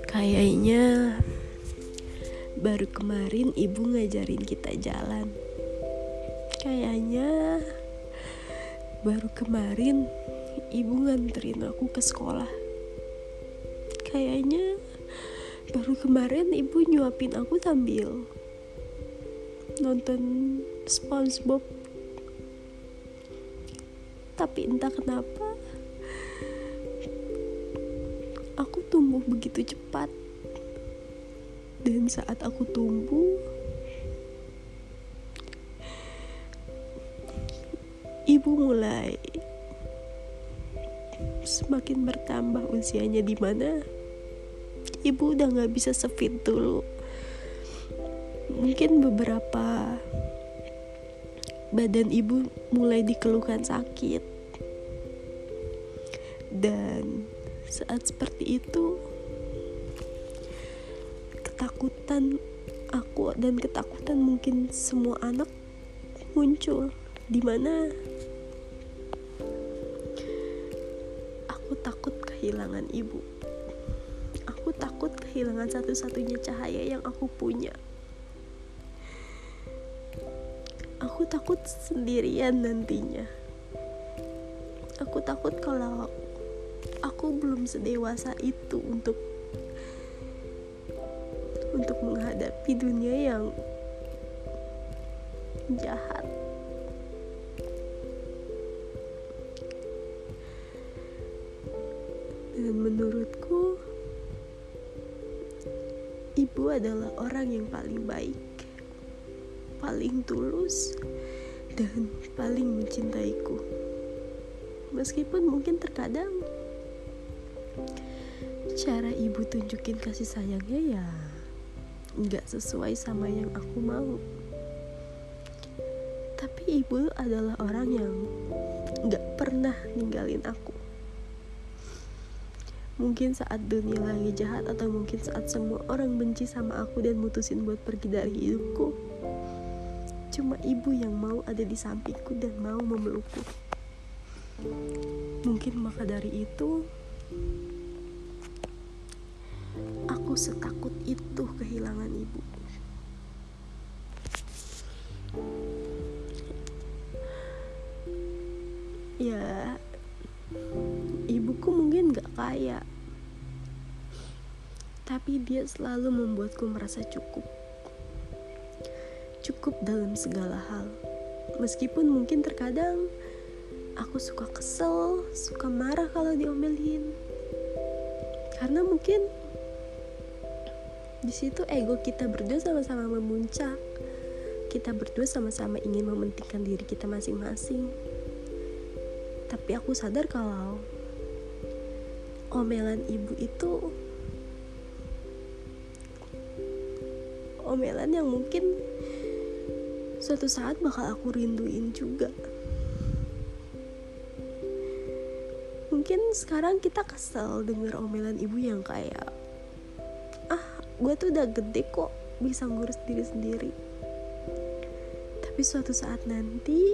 Kayaknya baru kemarin ibu ngajarin kita jalan. Kayaknya baru kemarin ibu nganterin aku ke sekolah. Kayaknya baru kemarin ibu nyuapin aku sambil nonton SpongeBob. Tapi entah kenapa aku tumbuh begitu cepat. Dan saat aku tumbuh, ibu mulai semakin bertambah usianya, di mana ibu udah gak bisa sefit dulu. Mungkin beberapa badan ibu mulai dikeluhkan sakit. Dan saat seperti itu, ketakutan aku dan ketakutan mungkin semua anak muncul, di mana aku takut kehilangan ibu. Aku takut kehilangan satu-satunya cahaya yang aku punya. Aku takut sendirian nantinya. Aku takut kalau aku belum sedewasa itu untuk menghadapi dunia yang jahat. Dan menurutku, ibu adalah orang yang paling baik, paling tulus, dan paling mencintaiku. Meskipun mungkin terkadang cara ibu tunjukin kasih sayangnya ya gak sesuai sama yang aku mau. Tapi ibu adalah orang yang gak pernah ninggalin aku. Mungkin saat dunia lagi jahat, atau mungkin saat semua orang benci sama aku dan mutusin buat pergi dari hidupku, cuma ibu yang mau ada di sampingku dan mau memelukku. Mungkin maka dari itu aku setakut itu kehilangan ibu. Ya, ibuku mungkin gak kaya, tapi dia selalu membuatku merasa cukup. Cukup dalam segala hal. Meskipun mungkin terkadang aku suka kesel, suka marah kalau diomelin. Karena mungkin di situ ego kita berdua sama-sama memuncak. Kita berdua sama-sama ingin mementingkan diri kita masing-masing. Tapi aku sadar kalau omelan ibu itu omelan yang mungkin suatu saat bakal aku rinduin juga. Mungkin sekarang kita kesel denger omelan ibu yang kayak, gue tuh udah gede kok bisa ngurus diri sendiri. Tapi suatu saat nanti,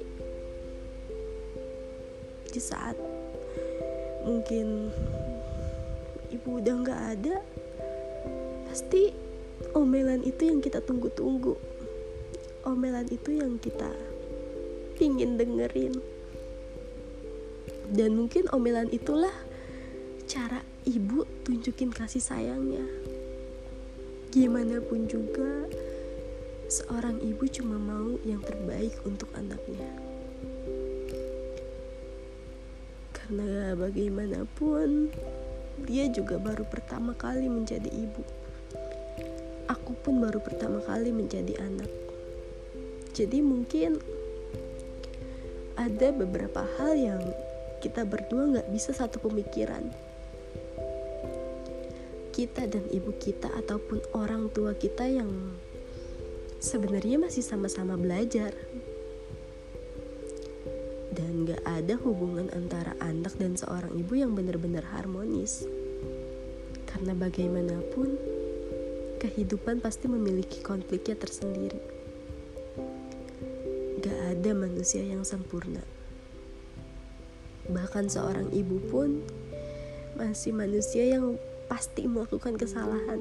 di saat mungkin ibu udah gak ada, pasti omelan itu yang kita tunggu-tunggu. Omelan itu yang kita pingin dengerin. Dan mungkin omelan itulah cara ibu tunjukin kasih sayangnya. Gimana pun juga, seorang ibu cuma mau yang terbaik untuk anaknya. Karena bagaimanapun, dia juga baru pertama kali menjadi ibu. Aku pun baru pertama kali menjadi anak. Jadi mungkin ada beberapa hal yang kita berdua gak bisa satu pemikiran. Kita dan ibu kita ataupun orang tua kita yang sebenarnya masih sama-sama belajar. Dan gak ada hubungan antara anak dan seorang ibu yang benar-benar harmonis. Karena bagaimanapun, kehidupan pasti memiliki konfliknya tersendiri. Gak ada manusia yang sempurna. Bahkan seorang ibu pun masih manusia yang pasti melakukan kesalahan.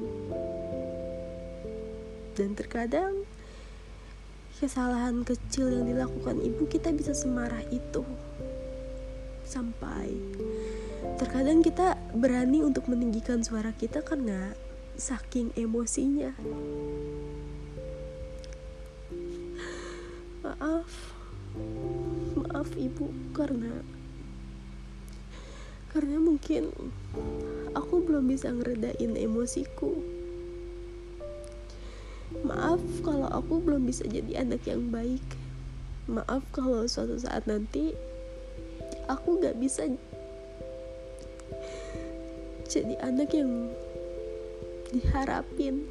Dan terkadang kesalahan kecil yang dilakukan ibu kita bisa semarah itu. Sampai terkadang kita berani untuk meninggikan suara kita karena saking emosinya. Maaf ibu, karena mungkin aku belum bisa ngeredain emosiku. Maaf kalau aku belum bisa jadi anak yang baik. Maaf kalau suatu saat nanti aku gak bisa jadi anak yang diharapin.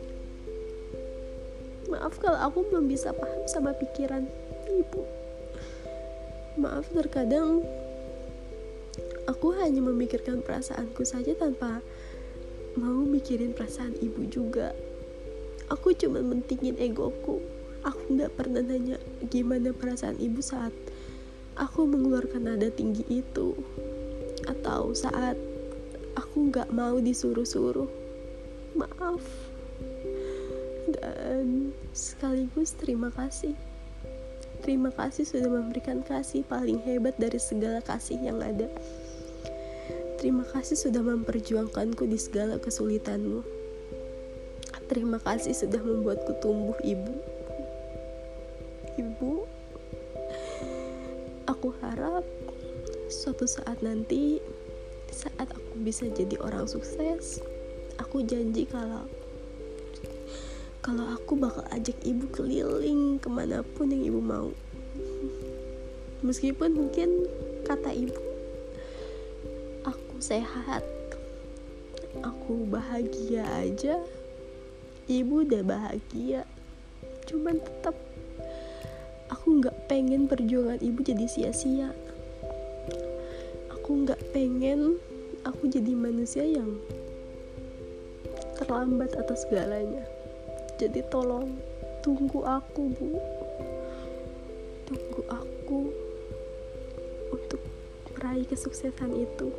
Maaf kalau aku belum bisa paham sama pikiran ibu. Maaf terkadang aku hanya memikirkan perasaanku saja tanpa mau mikirin perasaan ibu juga. Aku cuma mentingin egoku. Aku gak pernah nanya gimana perasaan ibu saat aku mengeluarkan nada tinggi itu, atau saat aku gak mau disuruh-suruh. Maaf. Dan sekaligus terima kasih. Terima kasih sudah memberikan kasih paling hebat dari segala kasih yang ada. Terima kasih sudah memperjuangkanku di segala kesulitanmu. Terima kasih sudah membuatku tumbuh, Ibu. Ibu, aku harap suatu saat nanti, saat aku bisa jadi orang sukses, aku janji kalau aku bakal ajak ibu keliling kemanapun yang ibu mau. Meskipun mungkin kata ibu, aku sehat, aku bahagia aja, ibu udah bahagia. Cuman tetap aku gak pengen perjuangan ibu jadi sia-sia. Aku gak pengen aku jadi manusia yang terlambat atas segalanya. Jadi tolong tunggu aku, Bu. Tunggu aku untuk meraih kesuksesan itu.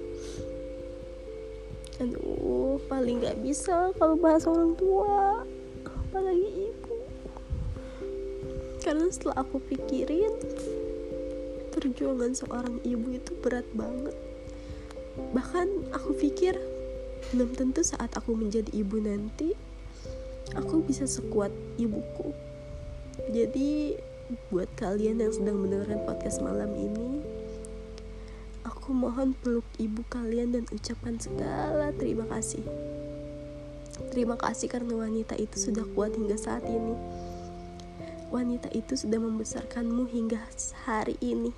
Aduh, paling gak bisa kalau bahas orang tua, apalagi ibu. Karena setelah aku pikirin, perjuangan seorang ibu itu berat banget. Bahkan aku pikir belum tentu saat aku menjadi ibu nanti aku bisa sekuat ibuku. Jadi buat kalian yang sedang mendengarkan podcast malam ini, aku mohon peluk ibu kalian dan ucapkan segala terima kasih. Terima kasih karena wanita itu sudah kuat hingga saat ini. Wanita itu sudah membesarkanmu hingga hari ini.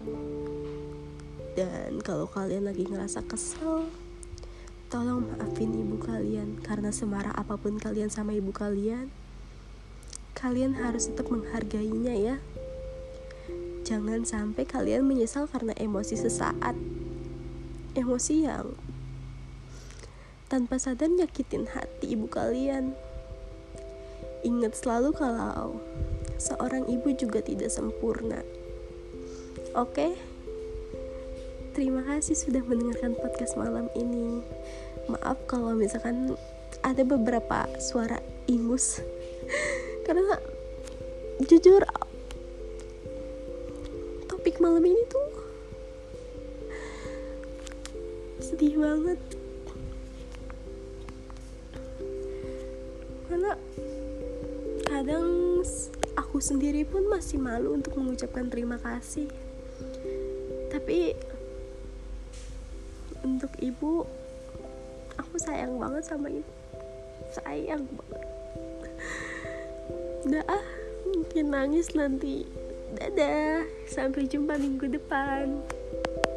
Dan kalau kalian lagi ngerasa kesel, tolong maafin ibu kalian. Karena semarah apapun kalian sama ibu kalian, kalian harus tetap menghargainya ya. Jangan sampai kalian menyesal karena emosi sesaat. Emosi yang tanpa sadar nyakitin hati ibu kalian. Ingat selalu kalau seorang ibu juga tidak sempurna. Oke? Terima kasih sudah mendengarkan podcast malam ini. Maaf kalau misalkan ada beberapa suara ingus. Karena jujur topik malam ini tuh sedih banget. Karena kadang aku sendiri pun masih malu untuk mengucapkan terima kasih. Tapi untuk ibu, aku sayang banget sama ibu. Sayang banget. Udah mungkin nangis nanti. Dadah, sampai jumpa minggu depan.